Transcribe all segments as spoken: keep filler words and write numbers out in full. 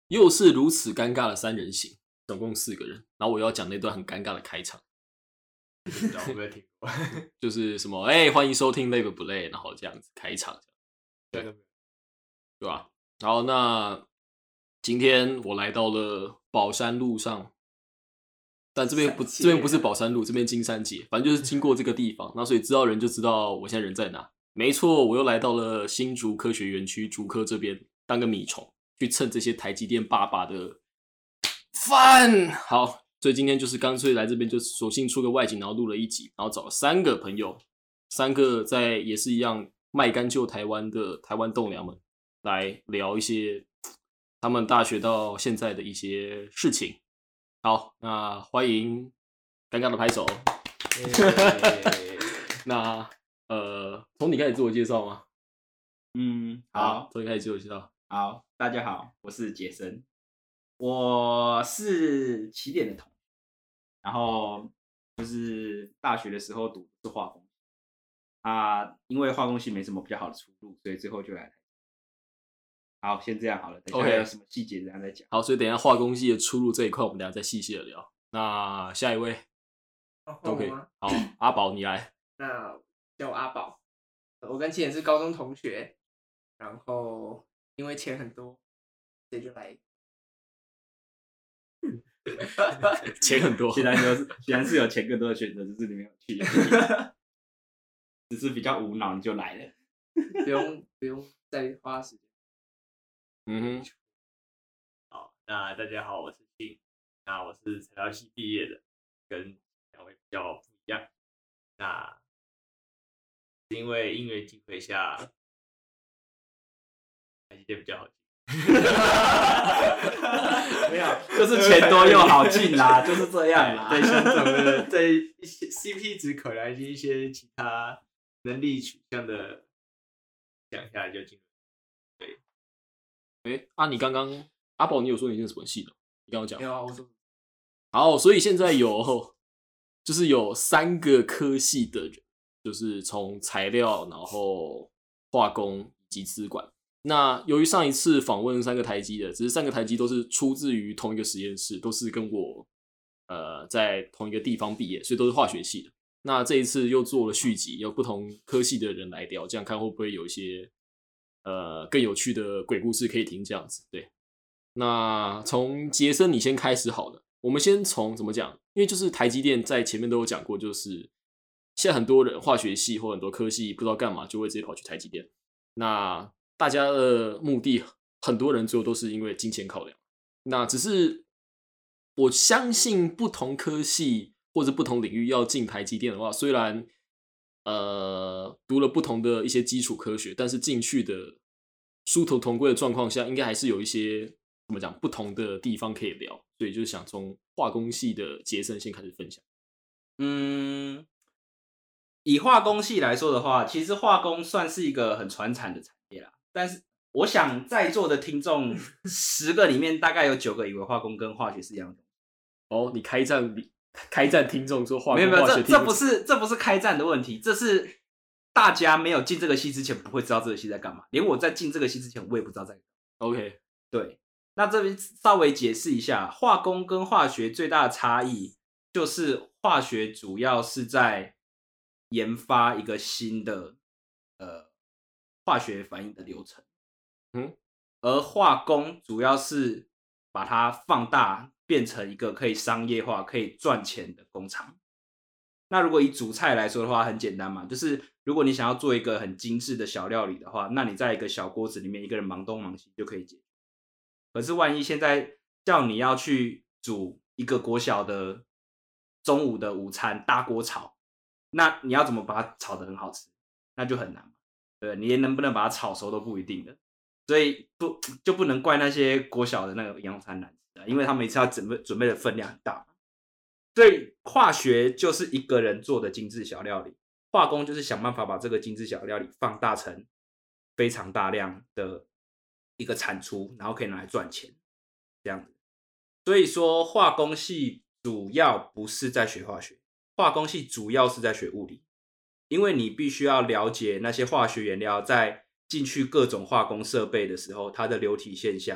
又是如此尴尬的三人行，总共四个人，然后我又要讲那段很尴尬的开场， 我没有听过， 就是什么哎、欸，欢迎收听累不不累，然后这样子开场，对对吧？好，那今天我来到了宝山路上，但这边不这边不是宝山路，这边金山街，反正就是经过这个地方，那所以知道人就知道我现在人在哪。没错，我又来到了新竹科学园区竹科这边当个米虫，去蹭这些台积电爸爸的饭。好，所以今天就是干脆来这边就索性出个外景，然后录了一集，然后找了三个朋友，三个在也是一样卖干救台湾的台湾栋梁们来聊一些他们大学到现在的一些事情。好，那欢迎尴尬的拍手。那呃，从你开始自我介绍吗？ 嗯，好， 从你开始自我介绍。 好，大家好，我是杰森，我是起点的同学，然后就是大学的时候读的是化工系，啊，因为化工系没什么比较好的出路，所以最后就来。好，先这样好了，等一下有什么细节等一下再讲。 好，所以等一下化工系的出路这一块，我们等一下再细细的聊。那下一位都可以。好，阿宝你来。 那叫我阿宝，我跟钱是高中同学，然后因为钱很多，所以就来。 钱很多， 既然有既然是有钱更多的选择，只是你没有去，只是比较无脑你就来了， 不用不用再花时间。 嗯哼， 好，那大家好，我是信，那我是材料系毕业的，跟两位比较不一样。那因为因缘机会下，台积电比较好进。 没有，就是钱多又好进啦，就是这样啦。 对相总的，在一些 C P 值可来一些其他能力取向的讲下来就进入。对， 哎、欸，啊，你刚刚阿宝，你有说你是什么系的？你刚刚讲。 没有啊，我说。 好，所以现在有就是有三个科系的人，就是从材料，然后化工以及资管。那由于上一次访问三个台积的，只是三个台积都是出自于同一个实验室，都是跟我呃在同一个地方毕业，所以都是化学系的。那这一次又做了续集，有不同科系的人来聊，这样看会不会有一些呃更有趣的鬼故事可以听这样子。对，那从杰森你先开始好了，我们先从怎么讲？因为就是台积电在前面都有讲过，就是现在很多人化学系或很多科系不知道干嘛，就会直接跑去台积电。那大家的目的，很多人最后都是因为金钱考量。那只是我相信不同科系或者不同领域要进台积电的话，虽然呃读了不同的一些基础科学，但是进去的殊途同归的状况下，应该还是有一些怎么讲不同的地方可以聊。所以就是想从化工系的杰森先开始分享。 嗯，以化工系来说的话，其实化工算是一个很传产的产业啦。但是我想在座的听众十个里面，大概有九个以为化工跟化学是一样的。 哦，你开战开战听众说化工没有没有，这这不是是这不是开战的问题，这是大家没有进这个系之前不会知道这个系在干嘛，连我在进这个系之前我也不知道在干嘛。 OK， 对，那这边稍微解释一下，化工跟化学最大的差异就是化学主要是在研发一个新的呃化学反应的流程， 嗯， 而化工主要是把它放大，变成一个可以商业化、可以赚钱的工厂。那如果以煮菜来说的话，很简单嘛，就是如果你想要做一个很精致的小料理的话，那你在一个小锅子里面，一个人忙东忙西就可以解决。可是万一现在叫你要去煮一个国小的中午的午餐大锅炒，那你要怎么把它炒得很好吃？那就很难嘛，对，你连能不能把它炒熟都不一定的，所以不就不能怪那些国小的那个营养餐难吃啊，因为他每次要准备准备的分量很大。所以化学就是一个人做的精致小料理，化工就是想办法把这个精致小料理放大成非常大量的一个产出，然后可以拿来赚钱，这样子。所以说化工系主要不是在学化学，化工系主要是在学物理，因为你必须要了解那些化学原料在进去各种化工设备的时候，它的流体现象，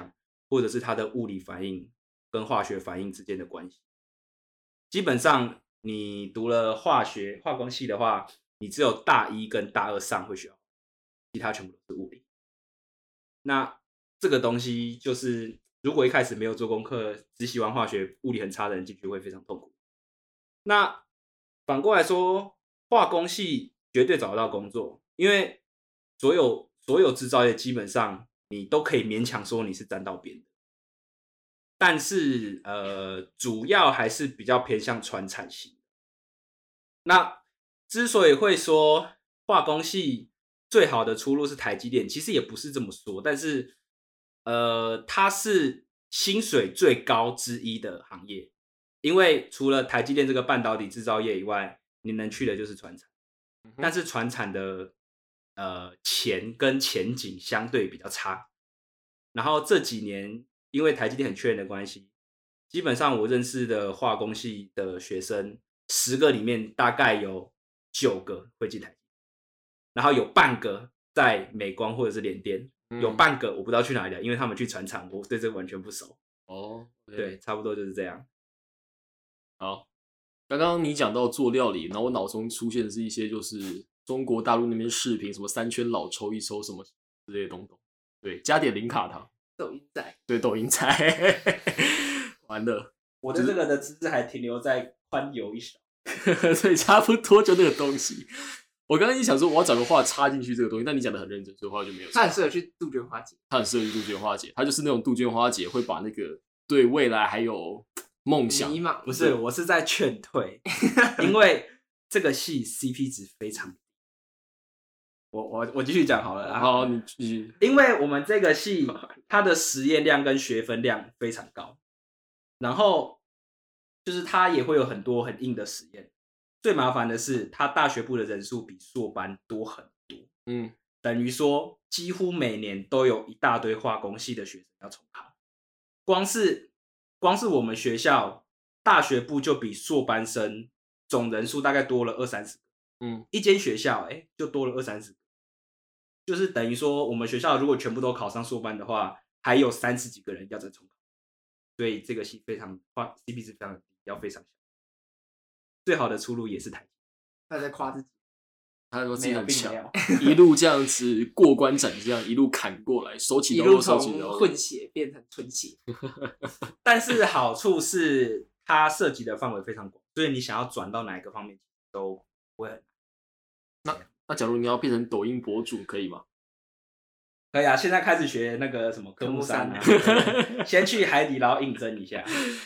或者是它的物理反应跟化学反应之间的关系。基本上你读了化学化工系的话，你只有大一跟大二上会学到，其他全部都是物理。那这个东西就是如果一开始没有做功课，只喜欢化学物理很差的人进去会非常痛苦。那反过来说，化工系绝对找得到工作，因为所有所有制造业基本上你都可以勉强说你是沾到边的，但是呃，主要还是比较偏向传产型。那之所以会说化工系最好的出路是台积电，其实也不是这么说，但是呃，它是薪水最高之一的行业，因为除了台积电这个半导体制造业以外，你能去的就是传产，嗯、但是传产的呃钱跟前景相对比较差。然后这几年因为台积电很缺人的关系，基本上我认识的化工系的学生，十个里面大概有九个会进台积，然后有半个在美光或者是联电，嗯、有半个我不知道去哪里了，因为他们去传产，我对这个完全不熟。 哦，对， 对，差不多就是这样。 好，刚刚你讲到做料理，然后我脑中出现的是一些就是中国大陆那边视频，什么三圈老抽一抽什么之类的东东。对，加点零卡糖， 抖音仔， 对，抖音仔，完了， 我对这个的知识还停留在宽油一勺， 对，差不多就那个东西。我刚刚一想说我要找个话插进去这个东西，但你讲的很认真，所以话就没有。 他很适合去杜鹃花节， 他很适合去杜鹃花节，他就是那种杜鹃花节会把那个对未来还有梦想， 迷茫， 不是，我是在劝退，因为这个戏 C P 值非常低。我我我继续讲好了啦。 好，你继续。 因为我们这个系它的实验量跟学分量非常高，然后就是它也会有很多很硬的实验。最麻烦的是，它大学部的人数比硕班多很多。嗯，等于说几乎每年都有一大堆化工系的学生要重考。光是光是我们学校大学部就比硕班生总人数大概多了二三十个。嗯，一间学校哎、欸、就多了二三十个。就是等于说，我们学校如果全部都考上硕班的话，还有三十几个人要再重考，所以这个系非常 C P 值非常低，要非常小。最好的出路也是台积。 他在夸自己， 他说自己很强，一路这样子过关斩将，一路砍过来，手起刀落，手起刀落， 混血变成纯血。 但是好处是它涉及的范围非常广，所以你想要转到哪一个方面都不会很难。 那那假如你要变成抖音博主，可以吗？ 可以啊，现在开始学那个什么科目三啊，先去海底捞应征一下。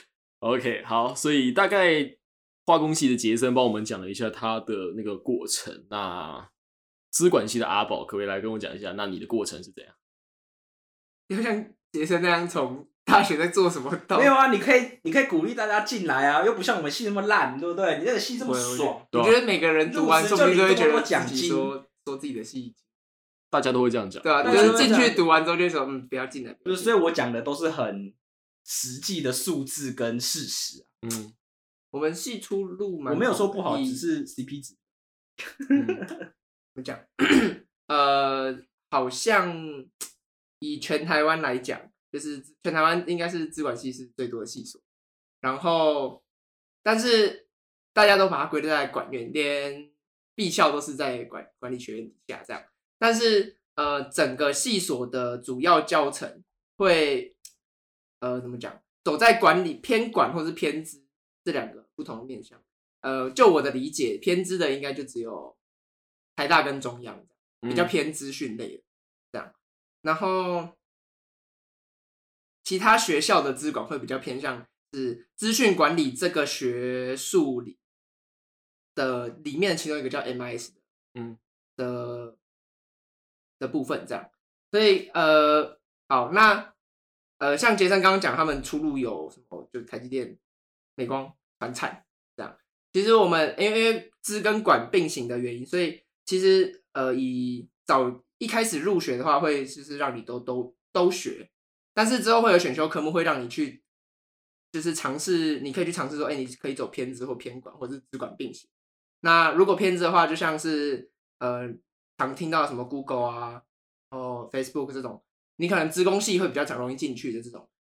OK， 好，所以大概化工系的杰森帮我们讲了一下他的那个过程。那资管系的阿宝，可不可以来跟我讲一下，那你的过程是怎样？ 要像杰森那样从大学在做什么？ 没有啊，你可以，你可以鼓励大家进来啊，又不像我们系那么烂，对不对？你那个系这么爽， 我觉得每个人读完说不定都会觉得自己说说自己的系， 大家都会这样讲， 对啊，就是进去读完之后就说嗯，不要进来。 就是所以我讲的都是很实际的数字跟事实啊。 嗯，我们系出路嘛， 我没有说不好，只是 C P 值。 嗯，怎么讲？呃，好像以全台湾来讲，就是全台湾应该是资管系是最多的系所，然后但是大家都把它归类在管院，连毕校都是在管管理学院底下这样。但是呃，整个系所的主要教程会呃怎么讲？走在管理偏管或是偏资这两个不同的面向。呃，就我的理解，偏资的应该就只有台大跟中央，比较偏资讯类的这样。然后其他学校的资管会比较偏向是资讯管理这个学术里的里面的其中一个叫 M I S 的，嗯的的部分这样。所以呃，好，那呃，像杰森刚刚讲，他们出路有什么？就台积电、美光、传产这样。其实我们因为资跟管并行的原因，所以其实呃，以早一开始入学的话，会就是让你都都都学，但是之后会有选修科目，会让你去就是尝试，你可以去尝试说，哎、欸，你可以走偏资或偏管，或者是资管并行。那如果偏资的话，就像是呃常听到什么 Google 啊、哦 Facebook 这种，你可能资工系会比较常容易进去的这种，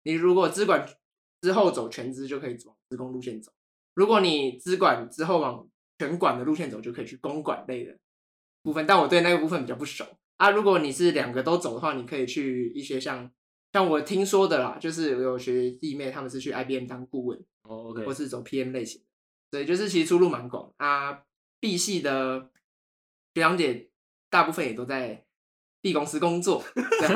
你如果资管之后走全资，就可以往资工路线走；如果你资管之后往全管的路线走，就可以去公管类的部分。但我对那个部分比较不熟啊。如果你是两个都走的话，你可以去一些像像我听说的啦，就是有学弟妹他们是去 I B M 当顾问， 哦 ，OK， 或是走 P M 类型的，对，就是其实出路蛮广啊。B 系的学长姐大部分也都在 B 公司工作，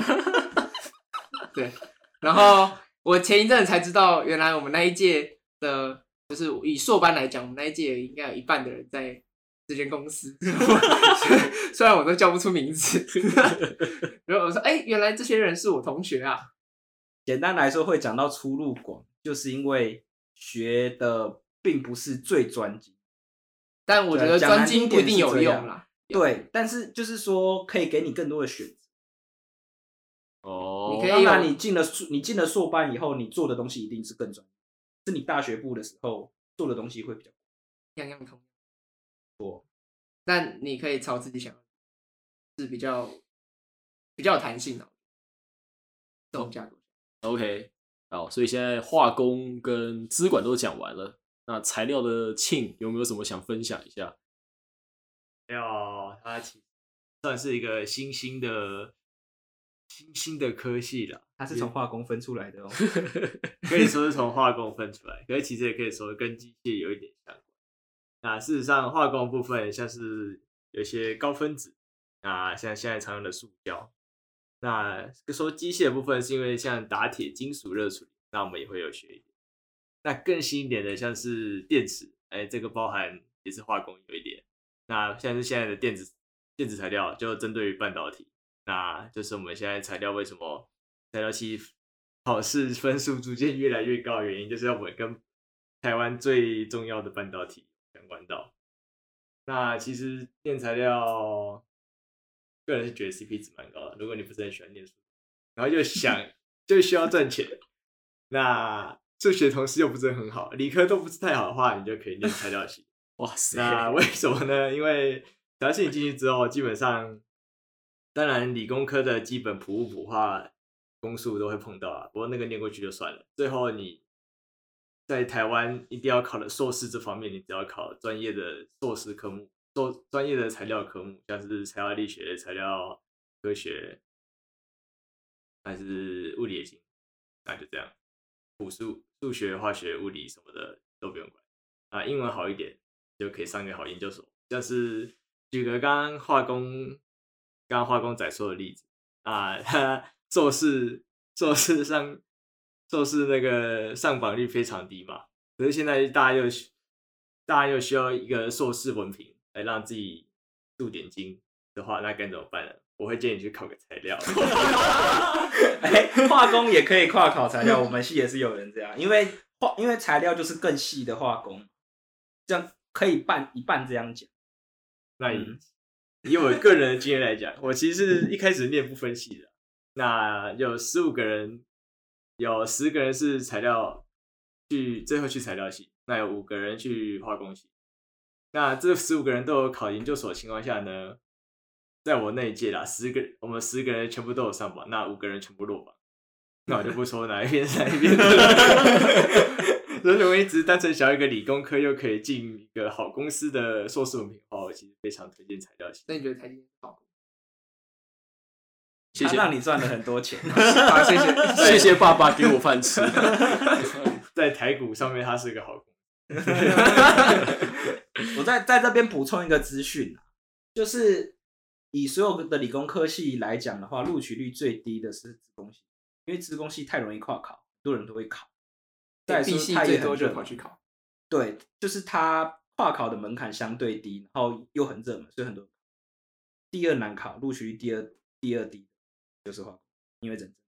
对。然后我前一阵才知道，原来我们那一届的，就是以硕班来讲，我们那一届应该有一半的人在这间公司，虽然我都叫不出名字。然后我说，哎、欸，原来这些人是我同学啊。 简单来说，会讲到出路广，就是因为学的并不是最专精。 但我觉得专精不一定有用啦。 对，但是就是说可以给你更多的选择。 哦， 你可以当然你进了你进了硕班以后，你做的东西一定是更专业。是你大学部的时候做的东西会比较样样通。 多， 但你可以朝自己想要，是比较比较有弹性的这种架构。 OK， 好，所以现在化工跟资管都讲完了。那材料的庆有没有什么想分享一下？ 料它其实算是一个新兴的新兴的科系啦， 它是从化工分出来的哦， 可以说是从化工分出来，可是其实也可以说跟机械有一点相关。那事实上，化工部分像是有些高分子，那像现在常用的塑胶。那说机械的部分是因为像打铁、金属热处理，那我们也会有学一点。那更新一点的像是电池，哎，这个包含也是化工有一点。那像是现在的电子电子材料，就针对于半导体，那就是我们现在材料为什么材料系考试分数逐渐越来越高的原因，就是要我们跟台湾最重要的半导体相关到。那其实电材料，个人是觉得 C P 值蛮高的。如果你不是很喜欢念书，然后又想就需要赚钱，那数学同时又不是很好，理科都不是太好的话，你就可以念材料系。 哇塞！ 那为什么呢？因为材料系你进去之后，基本上，当然理工科的基本普物普化公数都会碰到啊，不过那个念过去就算了。最后你在台湾一定要考的硕士这方面，你只要考专业的硕士科目，做专业的材料科目，像是材料力学、材料科学，还是物理也行，那就这样。普数、数学、化学、物理什么的都不用管啊。英文好一点，就可以上个好研究所。像是举个刚刚化工、刚刚化工仔说的例子啊，他硕士硕士上硕士那个上榜率非常低嘛，可是现在大家又大家又需要一个硕士文凭来让自己镀点金的话，那该怎么办呢？我会建议你去考个材料。 欸、化工也可以跨考材料，我们系也是有人这样，因为化因为材料就是更细的化工，这样可以半一半这样讲。 那以、嗯、以我个人的经验来讲，我其实是一开始念不分系的，那有十五个人，有十个人是材料去最后去材料系，那有五个人去化工系。那这十五个人都有考研究所的情况下呢，在我那一届啦，十个我们十个人全部都有上榜，那五个人全部落榜。那我就不说哪一边是哪一边的了。所以我一直单纯想要一个理工科又可以进一个好公司的硕士文凭的话，我其实非常推荐材料系。 那你觉得台积电好？ 谢谢，让你赚了很多钱。 好，谢谢， 谢谢爸爸给我饭吃。 在台股上面，它是个好公司。 我在在这边补充一个资讯啊，就是以所有的理工科系来讲的话，录取率最低的是资工系，因为资工系太容易跨考，很多人都会考。再必系最多就跑去考。 对，就是它跨考的门槛相对低，然后又很热门，所以很多人考。第二难考，录取率第二第二低就是化工，因为人。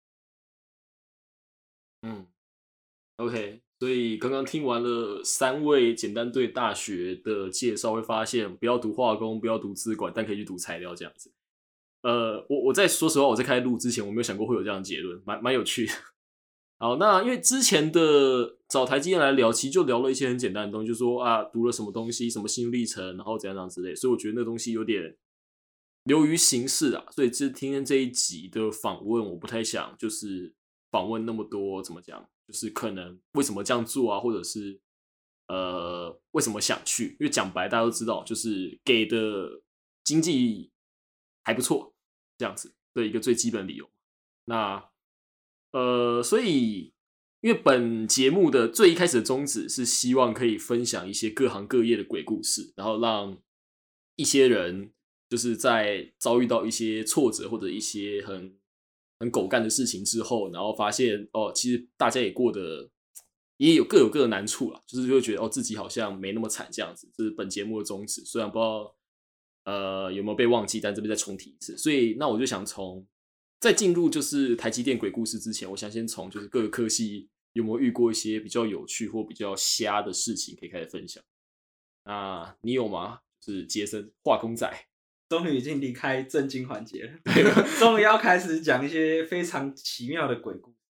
嗯 ，OK。所以刚刚听完了三位简单对大学的介绍，会发现不要读化工，不要读资管，但可以去读材料这样子。呃，我我在说实话，我在开录之前，我没有想过会有这样的结论，蛮蛮有趣的。好，那因为之前的找台积电来聊，其实就聊了一些很简单的东西，就说啊读了什么东西，什么心路历程，然后怎样怎样之类，所以我觉得那东西有点流于形式啊。所以这今天这一集的访问，我不太想就是访问那么多怎么讲，就是可能为什么这样做啊，或者是呃为什么想去？因为讲白大家都知道，就是给的经济还不错，这样子的一个最基本理由。那呃，所以因为本节目的最一开始的宗旨是希望可以分享一些各行各业的鬼故事，然后让一些人就是在遭遇到一些挫折或者一些很很狗干的事情之后，然后发现哦，其实大家也过得也有各有各的难处啦，就是会觉得哦自己好像没那么惨这样子，这是本节目的宗旨。虽然不知道呃有没有被忘记，但这边再重提一次。所以那我就想从在进入就是台积电鬼故事之前，我想先从就是各个科系有没有遇过一些比较有趣或比较瞎的事情可以开始分享。那你有吗？就是杰森化工仔。 终于已经离开震惊环节了，终于要开始讲一些非常奇妙的鬼故事。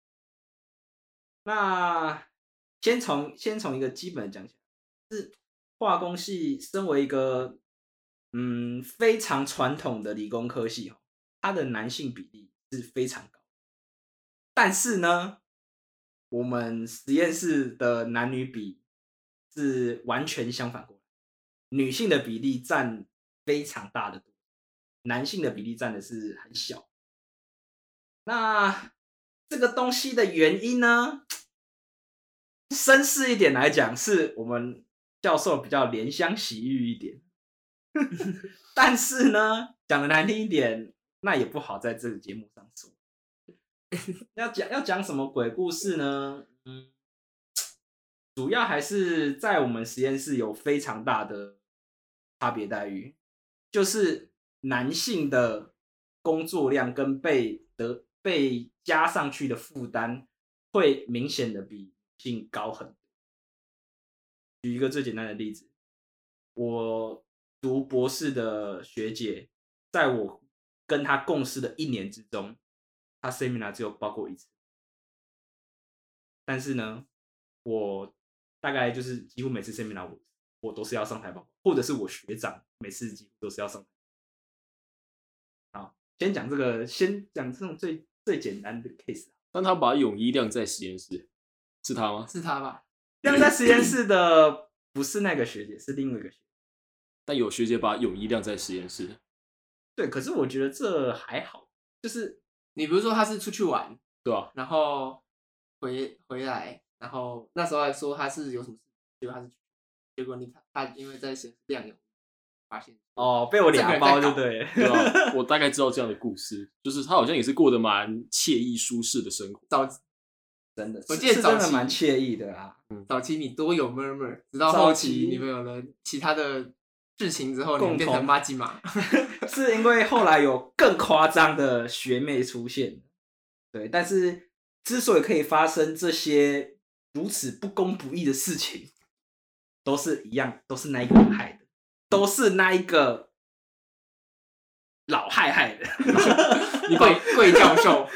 那先从先从一个基本的讲起来，是化工系身为一个嗯非常传统的理工科系，它的男性比例是非常高，但是呢，我们实验室的男女比是完全相反过来，女性的比例占非常大的多，男性的比例占的是很小。那这个东西的原因呢，绅士一点来讲，是我们教授比较怜香惜玉一点，但是呢，讲的难听一点，那也不好在这个节目上说。要讲要讲什么鬼故事呢？嗯，主要还是在我们实验室有非常大的差别待遇。就是男性的工作量跟被得被加上去的负担会明显的比女性高很多。举一个最简单的例子，我读博士的学姐，在我跟她共事的一年之中，她 seminar 只有报过一次，但是呢，我大概就是几乎每次 seminar 我我都是要上台报告，或者是我学长每次几乎都是要上台。好，先讲这个，先讲这种最最简单的 case。 但他把泳衣晾在实验室，是他吗？ 是他吧？ 晾在实验室的不是那个学姐，是另外一个学姐。 但有学姐把泳衣晾在实验室。 对，可是我觉得这还好，就是你不是说他是出去玩， 对吧、啊？ 然后回回来，然后那时候还说他是有什么事，结果他是，结果你他因为在实验室晾泳，发现哦被我俩包就对了， 对吧、啊？我大概知道这样的故事，就是他好像也是过得蛮惬意舒适的生活。 早真的， 我记得早期真的蛮惬意的啊。 早期你多有 murmur， 直到后期你们有了其他的事情之后，你们变成妈鸡嘛。 是因为后来有更夸张的学妹出现，对，但是之所以可以发生这些如此不公不义的事情，都是一样，都是那一个人害的，都是那一个老害害的。 你贵贵教授，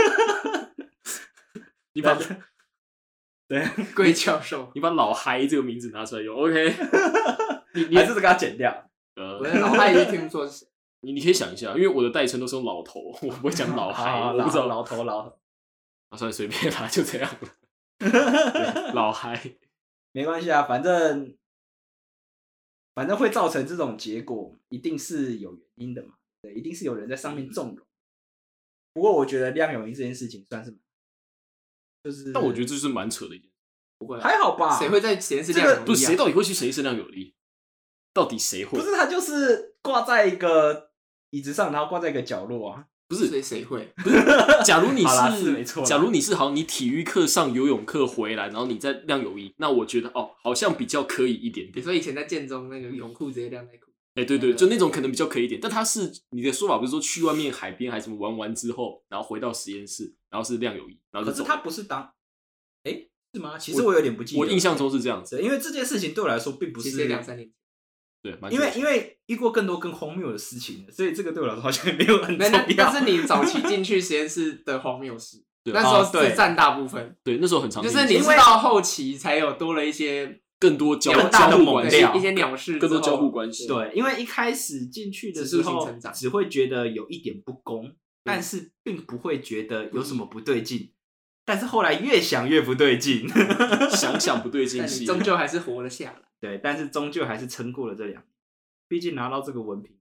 你把对贵教授， 你把老嗨这个名字拿出来用 ，OK？ 你你还是这个他剪掉。 呃，我的老嗨也听不出是谁。 你你可以想一下，因为我的代称都是用老头，我不会讲老嗨，我不知道老头老头。 啊，算了，随便啦，就这样了。老嗨， 没关系啊，反正反正会造成这种结果，一定是有原因的嘛。对，一定是有人在上面纵容。不过我觉得晾泳衣这件事情算是，就是， 但我觉得这就是蛮扯的一件事。 不会， 还好吧？ 谁会在实验室晾泳衣啊？ 不是谁到底会去实验室晾泳衣？到底谁会？ 不是，他就是挂在一个椅子上，然后挂在一个角落啊。 不是谁谁会？ 不是，假如你是， 是没错。 假如你是好，你体育课上游泳课回来，然后你再晾泳衣，那我觉得哦，好像比较可以一点点。 比如说以前在建中那个泳裤直接晾内裤。 哎、欸，对对，就那种可能比较可以一点。但他是你的说法，不是说去外面海边还是什么玩完之后，然后回到实验室，然后是晾泳衣，然后就走。 可是他不是当，哎、欸，是吗？其实我有点不记得。 我印象中是这样子， 因为这件事情对我来说并不是两三年前。 对， 因为因为遇过更多更荒谬的事情，所以这个对我来说好像也没有很重要。 但是你早期进去实验室的荒谬事，那时候是占大部分。 对，那时候很常见。 就是你是到后期才有多了一些更多交交互关系， 一些鸟事， 更多交互关系。 对，因为一开始进去的时候只会觉得有一点不公，但是并不会觉得有什么不对劲。 但是后来越想越不对劲， 想想不对劲但你戏， 终究还是活了下来。 对，但是终究还是撑过了这两年，毕竟拿到这个文凭。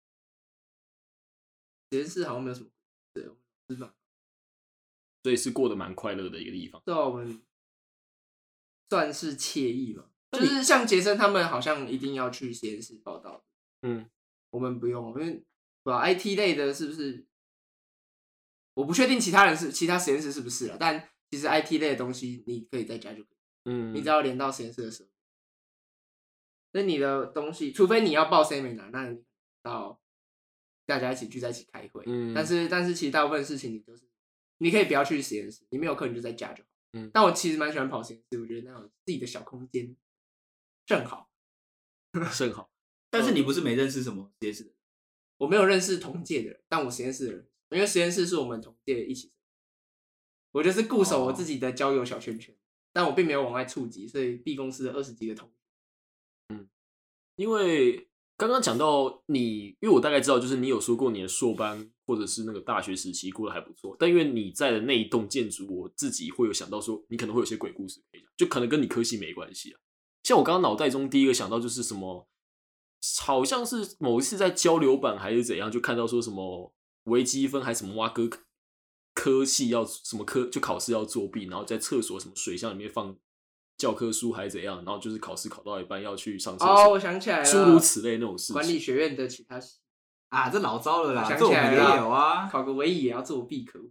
实验室好像没有什么，对，是吧？ 所以是过得蛮快乐的一个地方。 对啊，我们算是惬意嘛，就是像杰森他们好像一定要去实验室报道， 嗯， 我们不用，因为不知道 I T 类的是不是，我不确定其他人是其他实验室是不是了，但其实 I T 类的东西你可以在家就可以， 嗯， 你只要连到实验室的时候，那你的东西，除非你要报 seminar， 那你到大家一起聚在一起开会， 嗯， 但是但是其实大部分事情你都是，你可以不要去实验室，你没有课你就在家就好。 嗯， 但我其实蛮喜欢跑实验室，我觉得那种自己的小空间正好。 甚好。 但是你不是没认识什么实验室的人？ 我没有认识同届的人，但我实验室的人，因为实验室是我们同届一起，我就是固守我自己的交友小圈圈，哦、但我并没有往外触及，所以 B 公司的二十几个同学， 嗯，因为刚刚讲到你，因为我大概知道，就是你有说过你的硕班或者是那个大学时期过得还不错，但因为你在的那一栋建筑，我自己会有想到说，你可能会有些鬼故事可以讲，就可能跟你科系没关系啊。像我刚刚脑袋中第一个想到就是什么，好像是某一次在交流版还是怎样，就看到说什么微积分还是什么挖哥科系要什么科就考试要作弊，然后在厕所什么水箱里面放教科书还是怎样，然后就是考试考到一半要去上厕所。 哦，我想起来了， 诸如此类那种事情。 管理学院的其他系啊，这老招了啦， 想这我们也起来了有啊， 考个唯一也要作弊，可恶！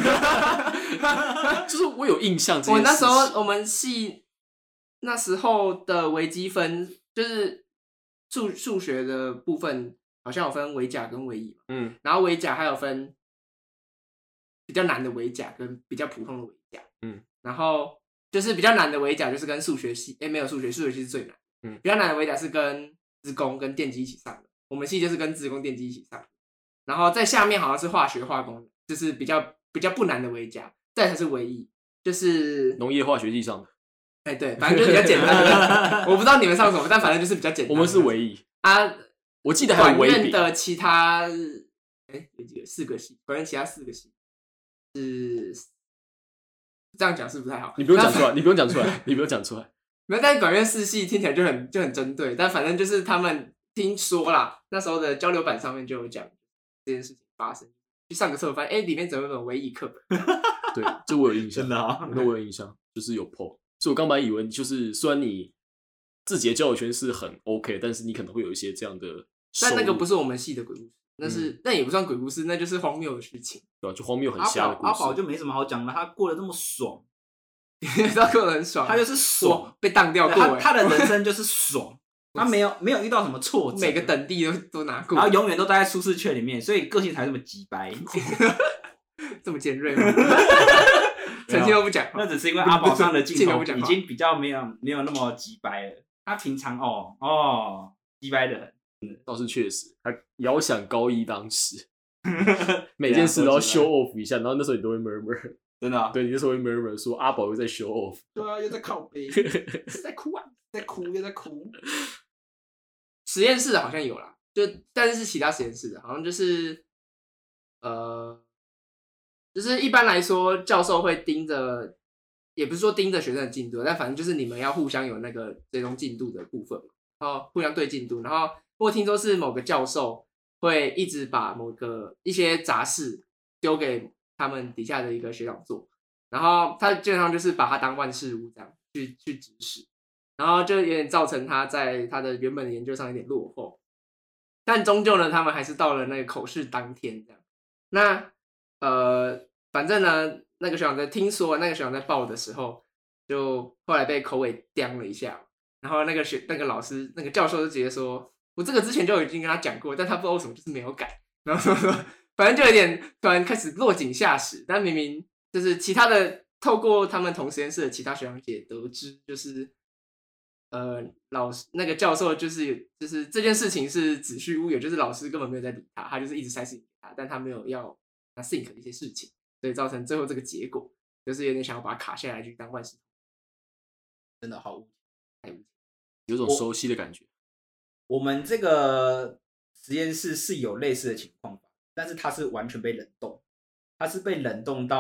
就是我有印象这件事情， 我那时候我们系那时候的微积分就是数数学的部分，好像有分微甲跟微乙嘛， 嗯， 然后微甲还有分比较难的微甲跟比较普通的微甲， 嗯， 然后就是比较难的微甲就是跟数学系，哎、欸，没有数学，数学系是最难， 嗯， 比较难的微甲是跟资工跟电机一起上的，我们系就是跟资工电机一起上的，然后在下面好像是化学化工，就是比较比较不难的微甲，再才是微乙，就是农业化学系上的。 哎、欸，对，反正就是比较简单的。我不知道你们上什么，但反正就是比较简单的。 我们是唯一啊， 我记得还有管院微的其他，哎、欸，有几个？四个系，管院其他四个系是这样讲是不太好。 你不用讲出来，你不用讲出来，你不用讲出来。 没有，但是管院四系听起来就很就很针对，但反正就是他们听说啦，那时候的交流版上面就有讲这件事情发生。去上个课，发现哎，里面怎么有唯一课？ 对，这我有印象， 真的啊， 那我有印象，就是有 po。所以我刚本来以为，就是虽然你自己的交友圈是很 OK， 但是你可能会有一些这样的。 但那个不是我们系的鬼故事，那是、 嗯、 那也不算鬼故事，那就是荒谬的事情。 对吧、啊？就荒谬很瞎的故事。 阿宝就没什么好讲的，他过得这么爽， 他过得很爽， 他就是爽， 被当掉过、欸。 他他的人生就是爽，他没有没有遇到什么挫折， 每个等地都都拿过， 然后永远都待在舒适圈里面，所以个性才这么鸡掰， 这么尖锐吗？澄清都不讲， 那只是因为阿宝上的镜头已经比较没有没有那么鸡掰了。他平常哦哦鸡掰的很， 嗯，倒是确实，他遥想高一当时，每件事都要 show off 一下，然后那时候你都会 murmur， 真的、啊， 对，你那时候会 murmur 说阿宝又在 show off， 对啊，又在靠背，是在哭啊，在哭又在哭。 实验室的好像有啦，就但是其他实验室的，好像就是呃。就是一般来说，教授会盯着，也不是说盯着学生的进度，但反正就是你们要互相有那个追踪进度的部分嘛，然后互相对进度。然后我听说是某个教授会一直把某个一些杂事丢给他们底下的一个学长做，然后他基本上就是把他当万事屋这样去去指使，然后就有点造成他在他的原本的研究上有点落后。但终究呢，他们还是到了那个口试当天这样。那呃，反正呢，那个学长在听说那个学长在报的时候，就后来被口尾刁了一下，然后那个学那个老师那个教授就直接说，我这个之前就已经跟他讲过，但他不知道为什么就是没有改，然后说反正就有点突然开始落井下石，但明明就是其他的透过他们同实验室的其他学长姐得知，就是呃老师那个教授就是就是这件事情是子虚乌有，就是老师根本没有在理他，他就是一直塞事情给他，但他没有要他 think 的一些事情，所以造成最后这个结果，就是有点想要把他卡下来去当万事，真的好无太无情， 有种熟悉的感觉。 我们这个实验室是有类似的情况，但是它是完全被冷冻，它是被冷冻到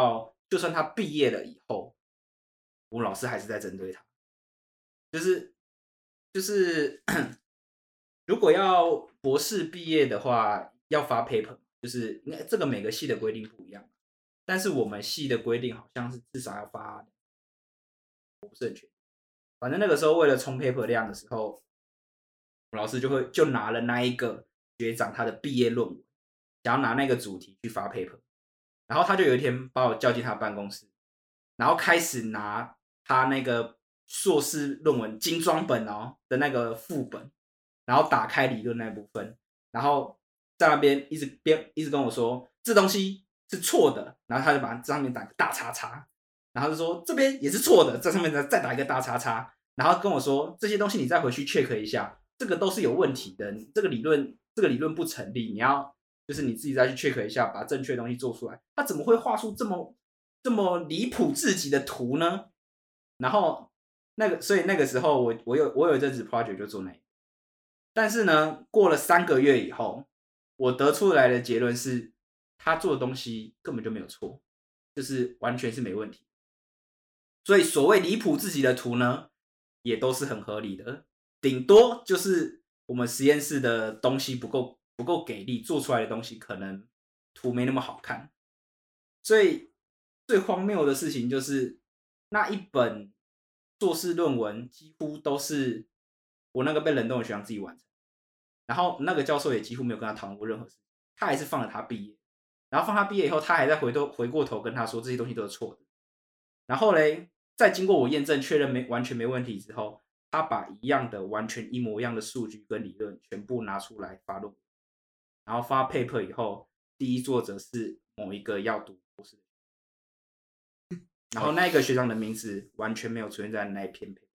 就算他毕业了以后，我们老师还是在针对他，就是就是如果要博士毕业的话，要发 paper， 就是这个每个系的规定不一样，但是我们系的规定好像是至少要发，我不是很确定。反正那个时候为了冲 paper 量的时候，我们老师就会就拿了那一个学长他的毕业论文，想要拿那个主题去发 paper， 然后他就有一天把我叫进他办公室，然后开始拿他那个硕士论文精装本哦的那个副本，然后打开理论那部分，然后在那边一直边一直跟我说这东西是错的，然后他就把这上面打个大叉叉，然后就说这边也是错的，在上面再打一个大叉叉，然后跟我说这些东西你再回去 check 一下，这个都是有问题的，这个理论这个理论不成立，你要就是你自己再去 check 一下，把正确的东西做出来。他怎么会画出这么这么离谱至极的图呢？然后那个，所以那个时候我我有我有一阵子 project 就做那个，但是呢，过了三个月以后，我得出来的结论是，他做的东西根本就没有错，就是完全是没问题。所以所谓离谱至极的图呢，也都是很合理的，顶多就是我们实验室的东西不够不够给力，做出来的东西可能图没那么好看。所以最荒谬的事情就是那一本硕士论文几乎都是我那个被冷冻的学长自己完成，然后那个教授也几乎没有跟他讨论过任何事，他还是放了他毕业，然后放他毕业以后，他还在回头回过头跟他说这些东西都是错的。然后嘞，再经过我验证确认没完全没问题之后，他把一样的完全一模一样的数据跟理论全部拿出来发论文，然后发 paper 以后，第一作者是某一个要读博士的，然后那个学长的名字完全没有出现在那一篇 paper。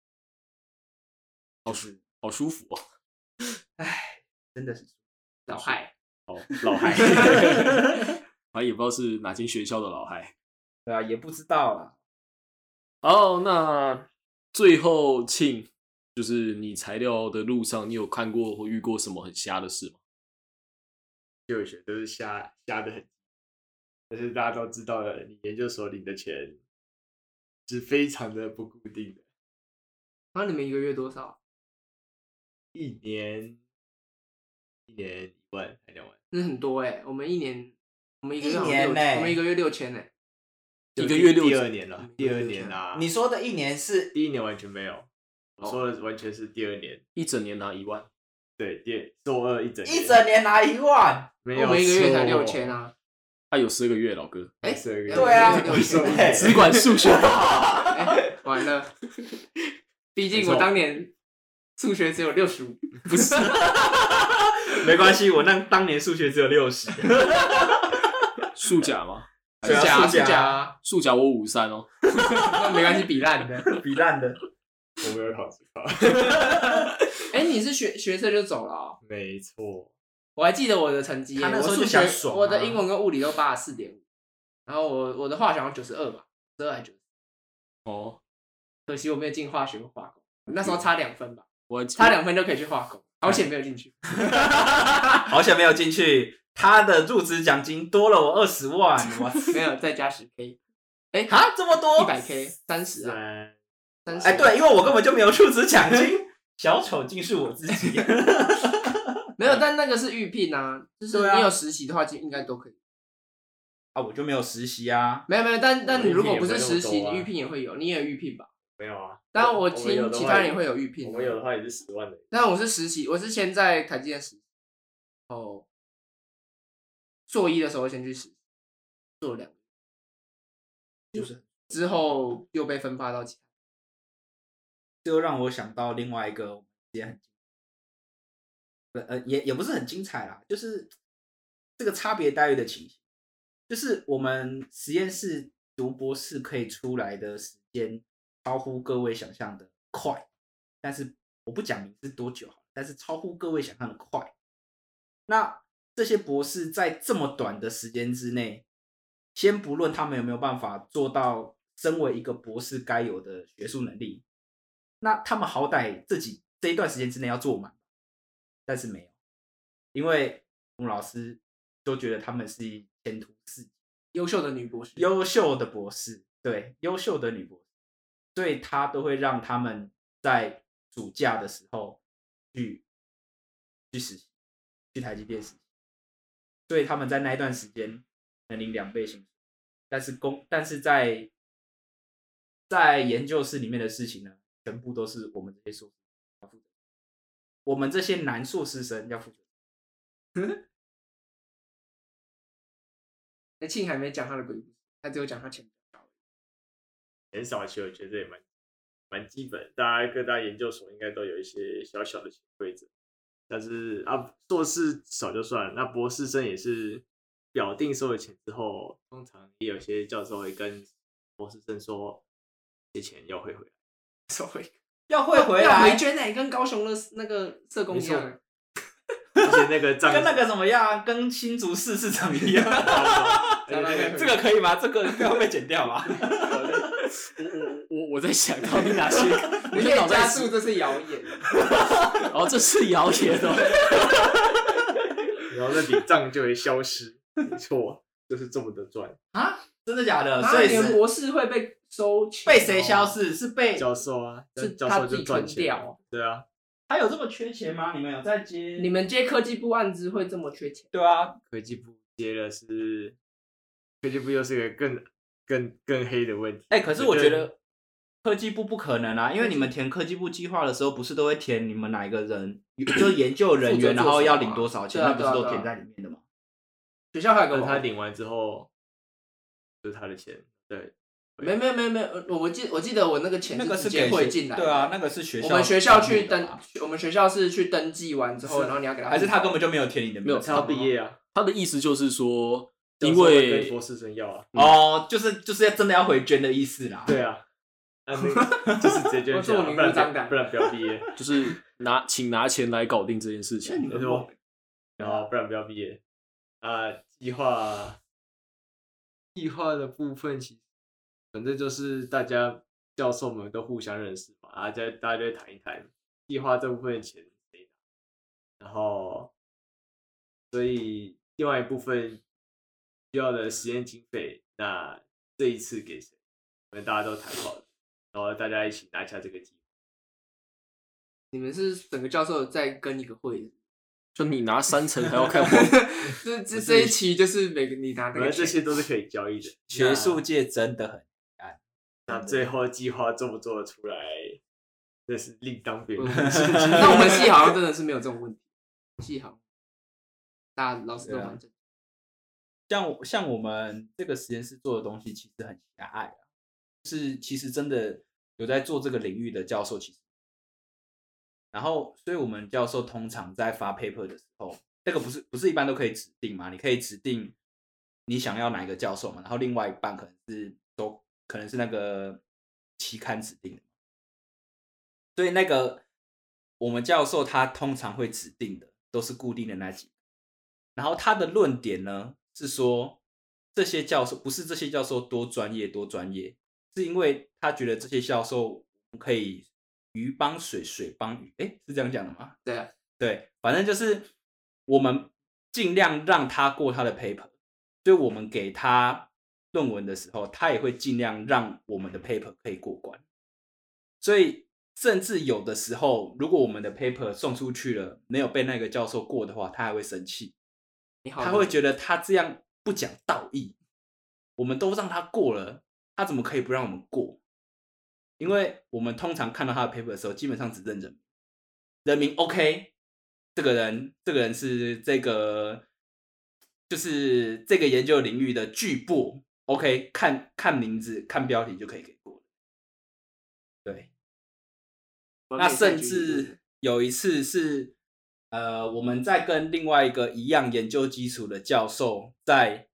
好舒好舒服哦， 唉，真的是老害， 哦，老害，反正也不知道是哪间学校的老害。 对啊，也不知道啦。 哦，那最后庆，就是你材料的路上，你有看过或遇过什么很瞎的事吗？ 就学都是瞎瞎的很，但是大家都知道了，你研究所领的钱是非常的不固定的， 那你们一个月多少？ 一年一年一万还两万， 那很多哎、欸，我们一年我们一个月好像一年六欸我们一个月六千哎， 一个月六第二年了，第二年啊， 你说的一年是第一年完全没有，我说的完全是第二年， 一整年拿一万， 对，第硕二一整年一整年拿一万， 没有， 我们一个月才六千，啊。 他、啊、有十个月，老哥， 哎、 十二个月， 对啊六千， 只管数学不好。 哎，完了，毕竟我当年数学只有六十五， 不是， 没关系，我那当年数学只有六十， 数甲吗？ 对啊假数甲假啊， 数甲我五三哦， 那没关系，比烂的。 比烂的。 我没有考试考， 哎、你是学学测就走了、哦？ 没错， 我还记得我的成绩耶， 他那时候就我数学、 想爽啊我的英文跟物理都八十四点五，然后我我的化学好像九十二吧，九十二还九十， 哦， 可惜我没有进化学或化工，那时候差两分吧， 我还记差两分就可以去化工，好险没有进去。 好险没有进去，他的入职奖金多了我二十万，哇塞！ 没有再加十 K， 哎、 哈，这么多， 一百 K 三十啊， 三三十。 哎，对，因为我根本就没有入职奖金，小丑竟是我自己。 没有，但那个是预聘啊，就是对啊你有实习的话，就应该都可以。 啊，我就没有实习啊。 没有没有，但但你如果不是我实习， 预聘也没那么多啊你预聘也会有，你也有预聘吧？ 没有啊， 当然我我们有听的话其他人也会有预聘啊， 我们有的话也是十万的， 但我是实习，我是先在台积电实习，哦，硕一的时候先去实习，做了两个月， 就是之后又被分发到其他。 这又让我想到另外一个也很，呃也也不是很精彩啦，就是这个差别待遇的情形，就是我们实验室读博士可以出来的时间超乎各位想象的快，但是我不讲明是多久好，但是超乎各位想象的快。那这些博士在这么短的时间之内，先不论他们有没有办法做到身为一个博士该有的学术能力，那他们好歹自己这一段时间之内要做满，但是没有，因为我们老师都觉得他们是前途似锦， 优秀的女博士， 优秀的博士，对，优秀的女博士，所以他都会让他们在暑假的时候去去实习，去台积电实习，所以他们在那一段时间能领两倍薪水，但是工，但是在在研究室里面的事情呢，全部都是我们这些硕士要负责，我们这些男硕士生要负责。 那庆还没讲他的鬼故事，他只有讲他钱比较高。 很少，其实我觉得这也蛮蛮基本，大家各大研究所应该都有一些小小的潜规则。但是啊，硕士少就算了，那博士生也是表定收了钱之后，通常也有些教授会跟博士生说，这些钱要汇回来， 收回要汇回来， 要回捐诶，跟高雄的那个社工一样。 而且那个账跟那个什么样，跟新竹市市长一样。这个可以吗？这个会不会剪掉吗？ 我我我在想到底哪些， 你可以加速，这是谣言。 哦，这是谣言哦。 然后那笔账就会消失，没错，就是这么的赚啊？真的假的？ 啊、 所以是博士会被收钱、 哦，被谁消失？是被教授啊， 是教授就赚钱掉。 对啊， 他有这么缺钱吗？你们有在接？ 你们接科技部案子会这么缺钱？ 对啊， 科技部接的是，科技部又是个更更更黑的问题。 哎、欸，可是我觉得科技部不可能啊，因为你们填科技部计划的时候，不是都会填你们哪一个人，就是研究人员，然后要领多少钱， 啊、 那不是都填在里面的吗？ 学校还有个他领完之后，就是他的钱，对。 没没没没，我记我记得我那个钱是直接汇进来， 对啊，那个是学校。 我们学校去登，我们学校是去登记完之后，然后你要给他， 还是他根本就没有填你的名字， 没有， 他要毕业啊。 他的意思就是说，因为跟博士生要啊， 哦，就是就是真的要回捐的意思啦。 对啊，啊那就是直接捐钱，不然不然不要毕业， 就是拿请拿钱来搞定这件事情， 没错。然后不然不要毕业啊，计划计划的部分其实。反正就是大家教授们都互相认识嘛，大家大家就谈一谈计划这部分的钱谁拿，然后所以另外一部分需要的实验经费，那这一次给谁？我们大家都谈好了，然后大家一起拿下这个计划。 你们是整个教授在跟一个会， 就你拿三成还要看我， 这这这一期就是每个你拿那个， 这些都是可以交易的。 学术界真的很。 那最后计划做不做得出来，这是另当别论。 那我们系好像真的是没有这种问题，系好，大家老师都蛮正。 像像我们这个实验室做的东西其实很狭隘啊，是其实真的有在做这个领域的教授其实，然后所以我们教授通常在发 paper 的时候，这个不是不是一般都可以指定嘛？你可以指定你想要哪一个教授嘛，然后另外一半可能是都。可能是那个期刊指定的，所以那个我们教授他通常会指定的都是固定的那几个，然后他的论点呢是说这些教授不是这些教授多专业多专业，是因为他觉得这些教授可以鱼帮水水帮鱼，哎，是这样讲的吗？ 对啊， 对，反正就是我们尽量让他过他的 paper， 所以我们给他。论文的时候，他也会尽量让我们的 paper 可以过关，所以甚至有的时候，如果我们的 paper 送出去了，没有被那个教授过的话，他还会生气，他会觉得他这样不讲道义，我们都让他过了，他怎么可以不让我们过？因为我们通常看到他的 paper 的时候，基本上只认人名，人名 OK， 这个人，这个人是这个，就是这个研究领域的巨擘。OK， 看看名字、看标题就可以给过了。对，那甚至有一次是，呃，我们在跟另外一个一样研究基础的教授在，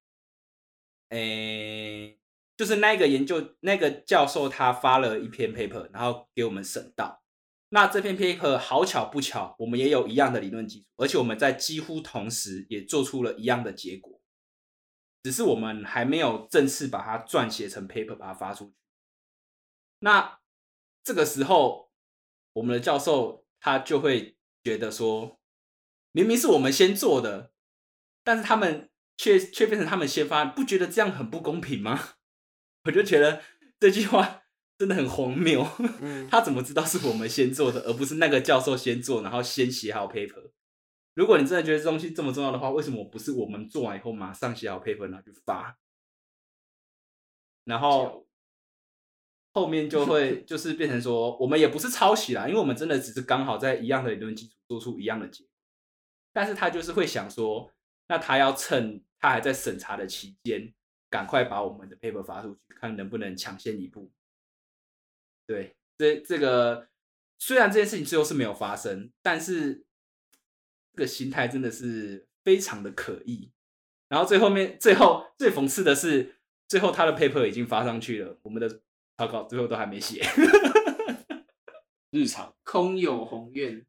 诶，就是那个研究那个教授他发了一篇 paper， 然后给我们审到。那这篇 paper 好巧不巧，我们也有一样的理论基础，而且我们在几乎同时也做出了一样的结果。只是我们还没有正式把它撰写成 paper 把它发出去。那这个时候，我们的教授他就会觉得说，明明是我们先做的，但是他们却却变成他们先发，不觉得这样很不公平吗？我就觉得这句话真的很荒谬。 嗯， 他怎么知道是我们先做的，而不是那个教授先做，然后先写好 paper？ 如果你真的觉得这东西这么重要的话，为什么不是我们做完以后马上写好 paper 然后去发？然后后面就会就是变成说，我们也不是抄袭啦，因为我们真的只是刚好在一样的理论基础做出一样的结果。但是他就是会想说，那他要趁他还在审查的期间，赶快把我们的 paper 发出去，看能不能抢先一步。对，这这个虽然这件事情最后是没有发生，但是这个心态真的是非常的可疑。然后最后面最后最讽刺的是，最后他的 paper 已经发上去了，我们的草稿最后都还没写。 日常空有宏愿。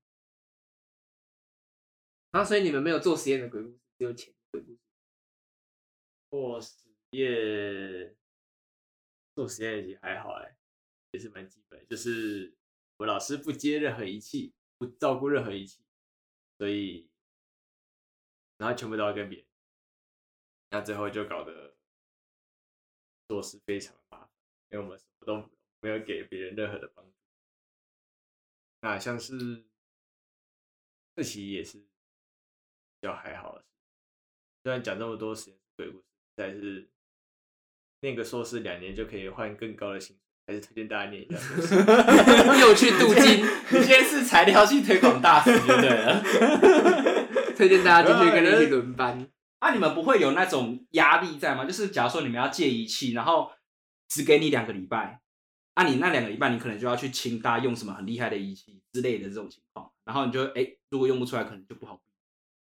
然后所以你们没有做实验的鬼故事，只有钱鬼故事。 做实验，做实验也还好哎，也是蛮基本，就是我老师不接任何仪器，不照顾任何仪器，所以然后全部都要跟别人，那最后就搞得做事非常麻烦，因为我们什么都没有给别人任何的帮助。那像是这期也是比较还好的，虽然讲这么多实验鬼故事，但是念个硕士两年就可以换更高的薪水，还是推荐大家念一下硕士。 又去镀金， 你现在是材料系推广大使就对了。 推荐大家进去跟你一起轮班。 啊，你们不会有那种压力在吗？就是假如说你们要借仪器，然后只给你两个礼拜，啊，你那两个礼拜你可能就要去清大用什么很厉害的仪器之类的这种情况，然后你就哎，如果用不出来，可能就不好。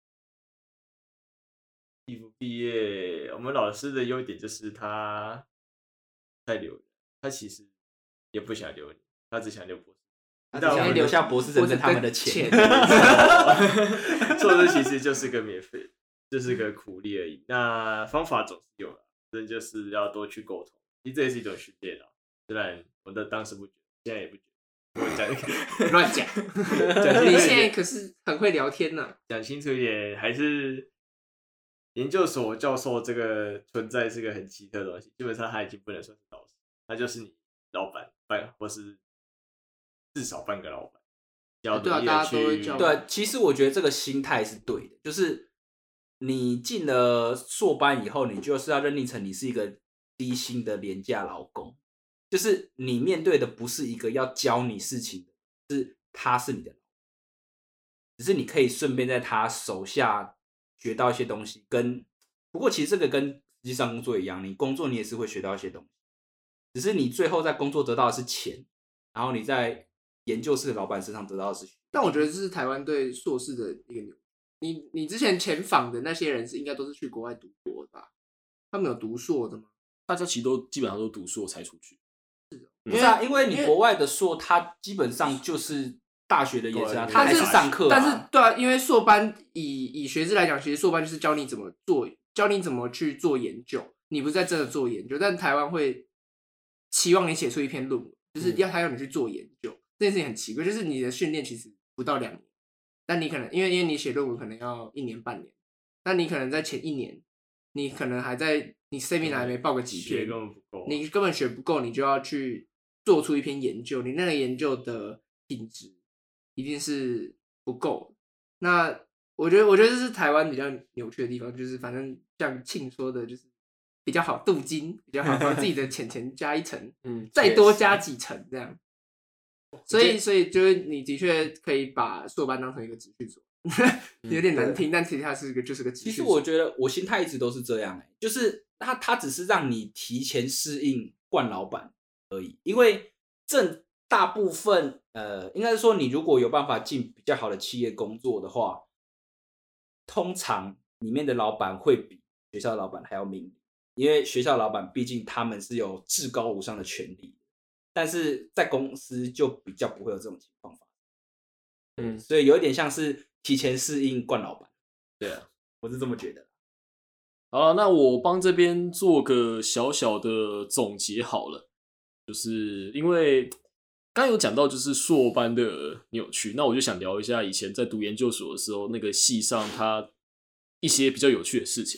毕不毕业，我们老师的优点就是他太留人，他其实也不想留你，他只想留博士， 他只想留下博士生跟他们的钱。 硕士其实就是个免费，就是个苦力而已。那方法总是有啦，这就是要多去沟通，其实这也是一种训练啦。虽然我的当时不觉得，现在也不觉得。我讲乱讲，你现在可是很会聊天呢、啊。 讲清楚一点，还是研究所教授这个存在是个很奇特的东西，基本上他已经不能算是老师，他就是你老板半，或是至少半个老板。要对啊， 努力大地去家都会叫。 对，其实我觉得这个心态是对的，就是你进了硕班以后，你就是要认定成你是一个低薪的廉价劳工，就是你面对的不是一个要教你事情的，是他是你的，只是你可以顺便在他手下学到一些东西。跟不过其实这个跟实际上工作一样，你工作你也是会学到一些东西，只是你最后在工作得到的是钱，然后你在研究室的老板身上得到的是。 但我觉得这是台湾对硕士的一个扭。你你之前前访的那些人是应该都是去国外读过的吧？他们有读硕的吗？ 大家其实都基本上都读硕才出去。 不是啊，因为你国外的硕，它基本上就是大学的延伸啊，他还是上课、啊。 但是对啊，因为硕班以以学制来讲，其实硕班就是教你怎么做，教你怎么去做研究。你不是在真的做研究，但台湾会期望你写出一篇论文，就是要他要你去做研究。嗯、这件事情很奇怪，就是你的训练其实不到两年，但你可能因为因为你写论文可能要一年半年，那你可能在前一年，你可能还在你 seminar 还没报个几篇， 根本不够， 你根本学不够，你就要去做出一篇研究，你那个研究的品质一定是不够。那我觉得，我觉得这是台湾比较扭曲的地方，就是反正像庆说的，就是比较好镀金，比较好把自己的钱钱加一层，嗯，再多加几层这样。所以，所以就是你的确可以把硕班当成一个职训所，有点难听，嗯、但其实它是一个就是个职训所。 其实我觉得我心态一直都是这样、欸，就是他他只是让你提前适应惯老板而已，因为正大部分呃，应该是说你如果有办法进比较好的企业工作的话，通常里面的老板会比学校的老板还要明理，因为学校的老板毕竟他们是有至高无上的权利。但是在公司就比较不会有这种情况发生，嗯，所以有一点像是提前适应惯老板， 对啊， 我是这么觉得。 好，那我帮这边做个小小的总结好了，就是因为刚刚有讲到就是硕班的扭曲，那我就想聊一下以前在读研究所的时候，那个系上它一些比较有趣的事情。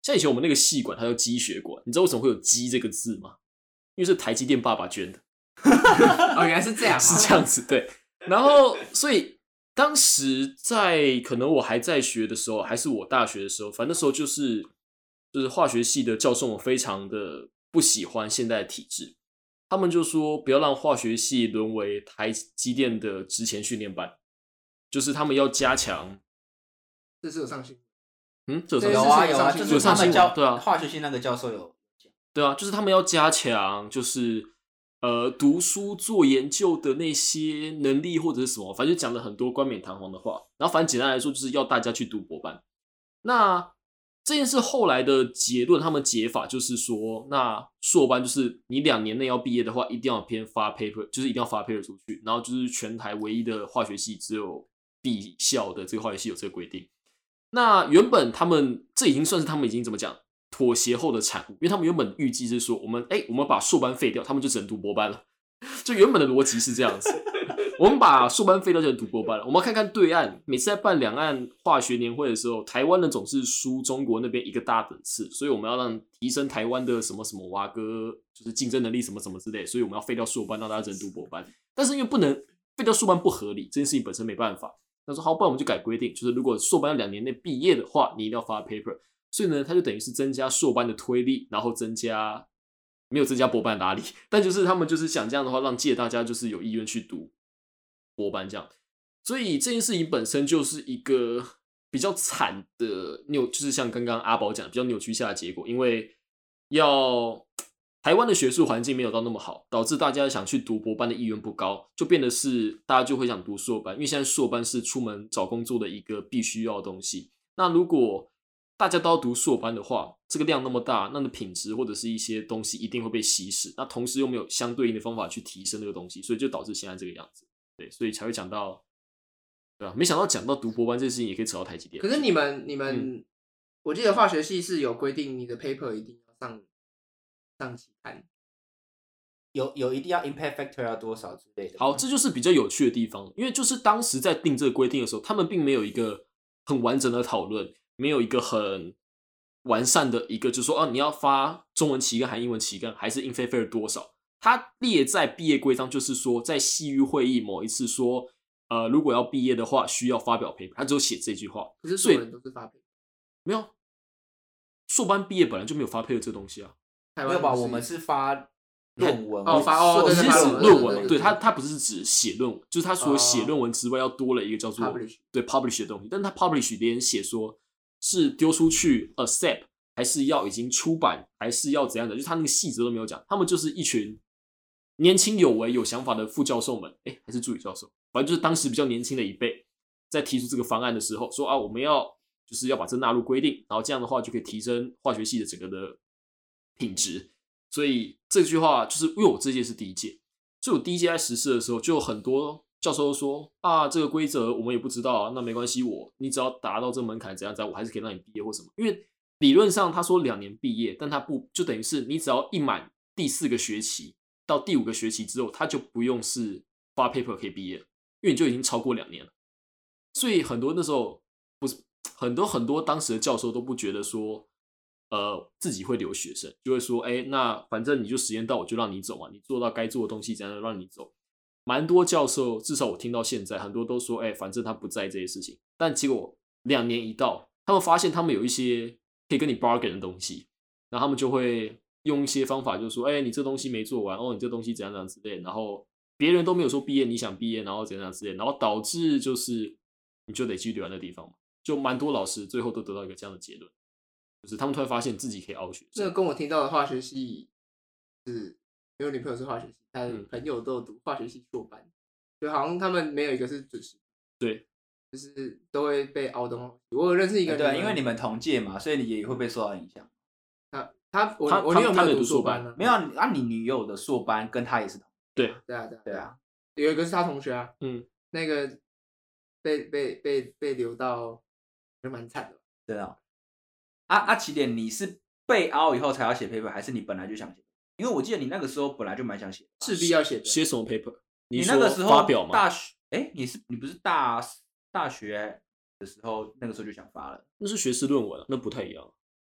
像以前我们那个系馆，它叫机学馆，你知道为什么会有“机”这个字吗？因为是台积电爸爸捐的。 哦，原来是这样、啊， 是这样子，对。然后，所以当时在可能我还在学的时候，还是我大学的时候，反正那时候就是就是化学系的教授们非常的不喜欢现在的体制，他们就说不要让化学系沦为台积电的职前训练班，就是他们要加强。 这是有上新闻， 嗯，这有对上有啊有啊， 这就是是他们教对啊， 化学系那个教授有讲， 对啊，就是他们要加强，就是呃读书做研究的那些能力或者是什么，反正就讲了很多冠冕堂皇的话。然后反正简单来说，就是要大家去读博班。那这件事后来的结论，他们解法就是说，那硕班就是你两年内要毕业的话，一定要偏发 paper， 就是一定要发 paper 出去。然后就是全台唯一的化学系，只有敝校的这个化学系有这个规定。那原本他们这已经算是他们已经怎么讲妥协后的产物，因为他们原本预计是说，我们哎、欸，我们把硕班废掉，他们就只能读博班了。就原本的逻辑是这样子，我们把硕班废掉就能读博班了。我们要看看对岸，每次在办两岸化学年会的时候，台湾人总是输中国那边一个大等次，所以我们要让提升台湾的什么什么蛙哥，就是竞争能力什么什么之类，所以我们要废掉硕班，让大家只能读博班。但是因为不能废掉硕班不合理，这件事情本身没办法。他说好，不然我们就改规定，就是如果硕班要两年内毕业的话，你一定要发 paper。所以呢，他就等于是增加硕班的推力，然后增加没有增加博班的压力，但就是他们就是想这样的话，让借大家就是有意愿去读博班这样。所以这件事情本身就是一个比较惨的扭，就是像刚刚阿宝讲比较扭曲下的结果，因为要台湾的学术环境没有到那么好，导致大家想去读博班的意愿不高，就变得是大家就会想读硕班，因为现在硕班是出门找工作的一个必须要的东西。那如果大家都要读硕班的话，这个量那么大，那的品质或者是一些东西一定会被稀释，那同时又没有相对应的方法去提升这个东西，所以就导致现在这个样子。对，所以才会讲到，对吧？没想到讲到读博班这件事情也可以扯到台积电。 可是你们你们、 嗯， 我记得化学系是有规定，你的 paper 一定要上上期刊， 有有一定要 impact factor 要多少之类的。 好，这就是比较有趣的地方，因为就是当时在定这个规定的时候，他们并没有一个很完整的讨论，没有一个很完善的一个，就是说，哦、啊，你要发中文期刊还是英文期刊，还是 impact factor 多少？它列在毕业规章，就是说在系域会议某一次说，呃，如果要毕业的话，需要发表 paper， 他只有写这句话。 可是所有人都是发 paper， 没有，硕班毕业本来就没有发 paper 这东西啊。 没有吧？我们是发论文， 哦，发哦，对， 是发指论文嘛？对， 对， 它它不是指写论文，就是它除了写论文之外，要多了一个叫做 publish， 对 publish 的东西。但是它 publish 连写说是丢出去 accept， 还是要已经出版，还是要怎样的，就是他那个细则都没有讲。他们就是一群年轻有为、有想法的副教授们，哎，还是助理教授，反正就是当时比较年轻的一辈，在提出这个方案的时候，说啊，我们要就是要把这纳入规定，然后这样的话就可以提升化学系的整个的品质。所以这句话就是因为我这届是第一届，所以我第一届在实施的时候，就有很多教授都说啊，这个规则我们也不知道啊，那没关系，我你只要达到这个门槛怎样怎样，我还是可以让你毕业或什么。因为理论上他说两年毕业，但他不就等于是你只要一满第四个学期到第五个学期之后，他就不用是发 paper 可以毕业，因为你就已经超过两年了。所以很多那时候不是很多很多当时的教授都不觉得说。呃，自己会留学生，就会说，哎、欸，那反正你就时间到，我就让你走嘛，你做到该做的东西，怎样让你走。蛮多教授，至少我听到现在，很多都说，哎、欸，反正他不在这些事情。但结果两年一到，他们发现他们有一些可以跟你 bargain 的东西，然后他们就会用一些方法，就是说，哎、欸，你这东西没做完，哦，你这东西怎样怎样之类，然后别人都没有说毕业，你想毕业，然后怎样之类，然后导致就是你就得继续留在那地方嘛。就蛮多老师最后都得到一个这样的结论。就是他们突然发现自己可以凹学生。 这个跟我听到的化学系是，因为我女朋友是化学系，她的朋友都有读化学系硕班，就好像他们没有一个是准时， 对， 就是都会被凹东凹西。我有认识一个人、 欸，对，因为你们同届嘛，所以你也会被受到影响。 他他我他我女友没有读硕班啊， 没有啊，你女友的硕班跟他也是同， 对对啊对啊对啊， 有一个是他同学啊， 嗯， 那个被被被被留到，就蛮惨的， 真的、哦。啊啊，起点，你是被凹以后才要写 paper， 还是你本来就想写？因为我记得你那个时候本来就蛮想写， 势必要写的。 写什么 paper？ 你, 你那个时候发表吗？ 大学，哎、欸，你是你不是大大学的时候，那个时候就想发了？ 那是学士论文、啊，那不太一样。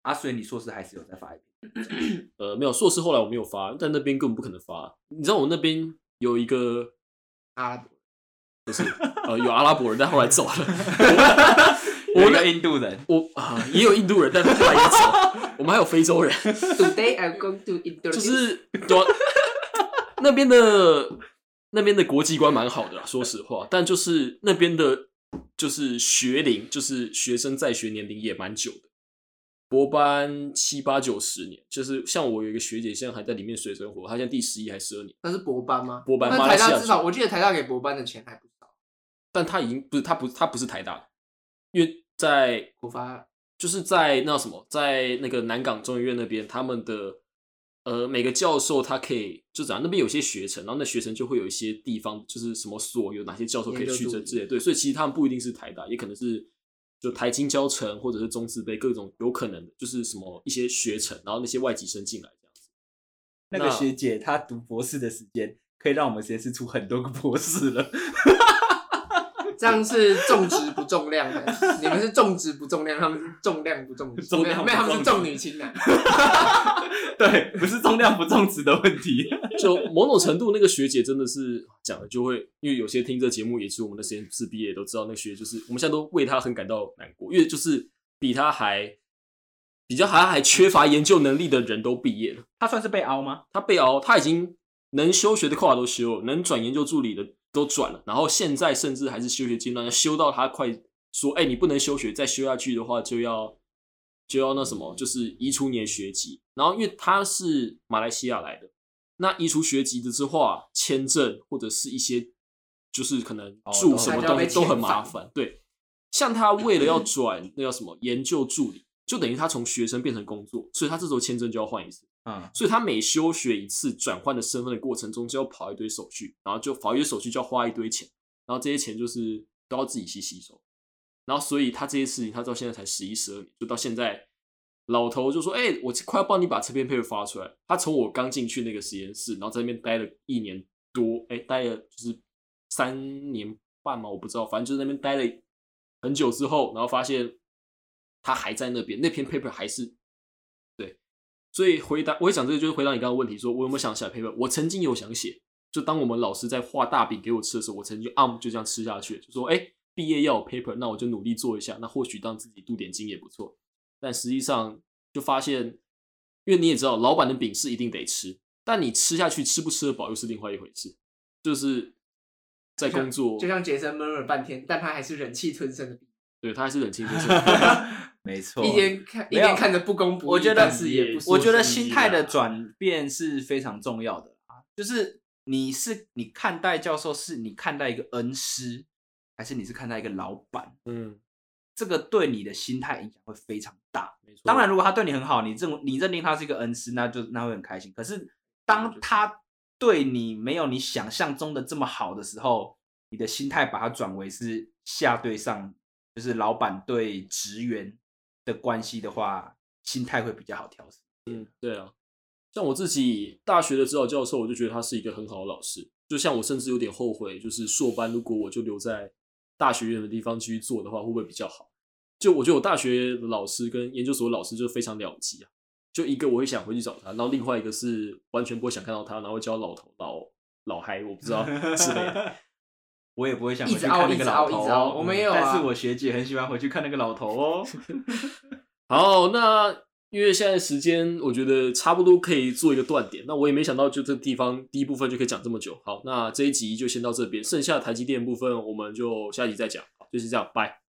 啊，所以你硕士还是有在发 I P？ 呃，没有，硕士后来我没有发，但那边根本不可能发。你知道我那边有一个阿拉伯不是呃有阿拉伯人，但后来走了。 我一个印度人， 我啊、也有印度人，但后来也走。我们还有非洲人。 Today I'm going to Indonesia。 就是对啊那边的那边的国际观蛮好的啦，说实话，但就是那边的，就是学龄，就是学生在学年龄也蛮久的，博班七八九十年，就是像我有一个学姐，现在还在里面水生活，她现在第十一还十二年， 那是博班吗？ 博班那马来西亚台大至少，我记得台大给博班的钱还不少。 但她已经不是她不她不是台大的，因为在国发就是在那什么，在那个南港中医院那边，他们的呃每个教授他可以就怎样，那边有些学程，然后那学程就会有一些地方，就是什么所有哪些教授可以去这之类，对，所以其实他们不一定是台大，也可能是就台清交成或者是中字辈各种有可能的，就是什么一些学程，然后那些外籍生进来这样子。 那个学姐她读博士的时间可以让我们实验室出很多个博士了。 这样是重质不重量的，你们是重质不重量，他们是重量不重质， 重量不没有，他们是重重女轻男。 对，不是重量不重质的问题。 就某种程度，那个学姐真的是讲的就会，因为有些听这节目也是我们的实验室毕业，都知道那个学姐就是我们现在都为她很感到难过，因为就是比她还比较还还缺乏研究能力的人都毕业了。 她算是被凹吗？ 她被凹，她已经能休学的课都修了，能转研究助理的都转了，然后现在甚至还是休学阶段，修到她快说，哎、欸，你不能休学，再修下去的话就要就要那什么，就是移除你的学籍。然后因为她是马来西亚来的。那移除学籍的之话，签证或者是一些就是可能住什么东西、哦、都很麻烦。对，像他为了要转那叫什么研究助理，就等于他从学生变成工作，所以他这时候签证就要换一次。嗯，所以他每休学一次转换的身份的过程中，就要跑一堆手续，然后就跑一堆手续就要花一堆钱，然后这些钱就是都要自己去吸收。然后所以他这些事情，他到现在才十一、十二年，就到现在。老头就说：“哎、欸，我快要帮你把这篇 paper 发出来。”他从我刚进去那个实验室，然后在那边待了一年多，哎、欸，待了就是三年半嘛，我不知道，反正就是在那边待了很久之后，然后发现他还在那边，那篇 paper 还是对。所以回答我会讲这个，就是回答你刚刚的问题，说我有没有想写 paper？ 我曾经有想写，就当我们老师在画大饼给我吃的时候，我曾经 um 就这样吃下去，就说：“哎、欸，毕业要有 paper， 那我就努力做一下，那或许让自己镀点金也不错。”但实际上就发现，因为你也知道，老板的饼是一定得吃，但你吃下去吃不吃得饱又是另外一回事。就是在工作， 就像杰森闷了半天，但他还是忍气吞声的。 对，他还是忍气吞声。 没错， 一边看一边看着不公不义， 我觉得但是也不我觉得心态的转变是非常重要的啊。就是你是你看待教授，是你看待一个恩师，还是你是看待一个老板？嗯。这个对你的心态影响会非常大。没错，当然，如果他对你很好，你认你认定他是一个恩师，那就那会很开心。可是，当他对你没有你想象中的这么好的时候，你的心态把它转为是下对上，就是老板对职员的关系的话，心态会比较好调试。 嗯，对啊。像我自己大学的指导教授，我就觉得他是一个很好的老师。就像我甚至有点后悔，就是硕班如果我就留在大学院的地方继续做的话，会不会比较好？就我觉得我大学的老师跟研究所的老师就非常了不起啊，就一个我会想回去找他，然后另外一个是完全不会想看到他，然后会教老头老老嗨，我不知道之类的。 我也不会想回去看那个老头、哦， 我没有、啊， 但是我学姐很喜欢回去看那个老头哦。 好，那因为现在时间我觉得差不多可以做一个断点，那我也没想到就这个地方第一部分就可以讲这么久。好，那这一集就先到这边，剩下的台积电部分我们就下一集再讲。好，就是这样，拜。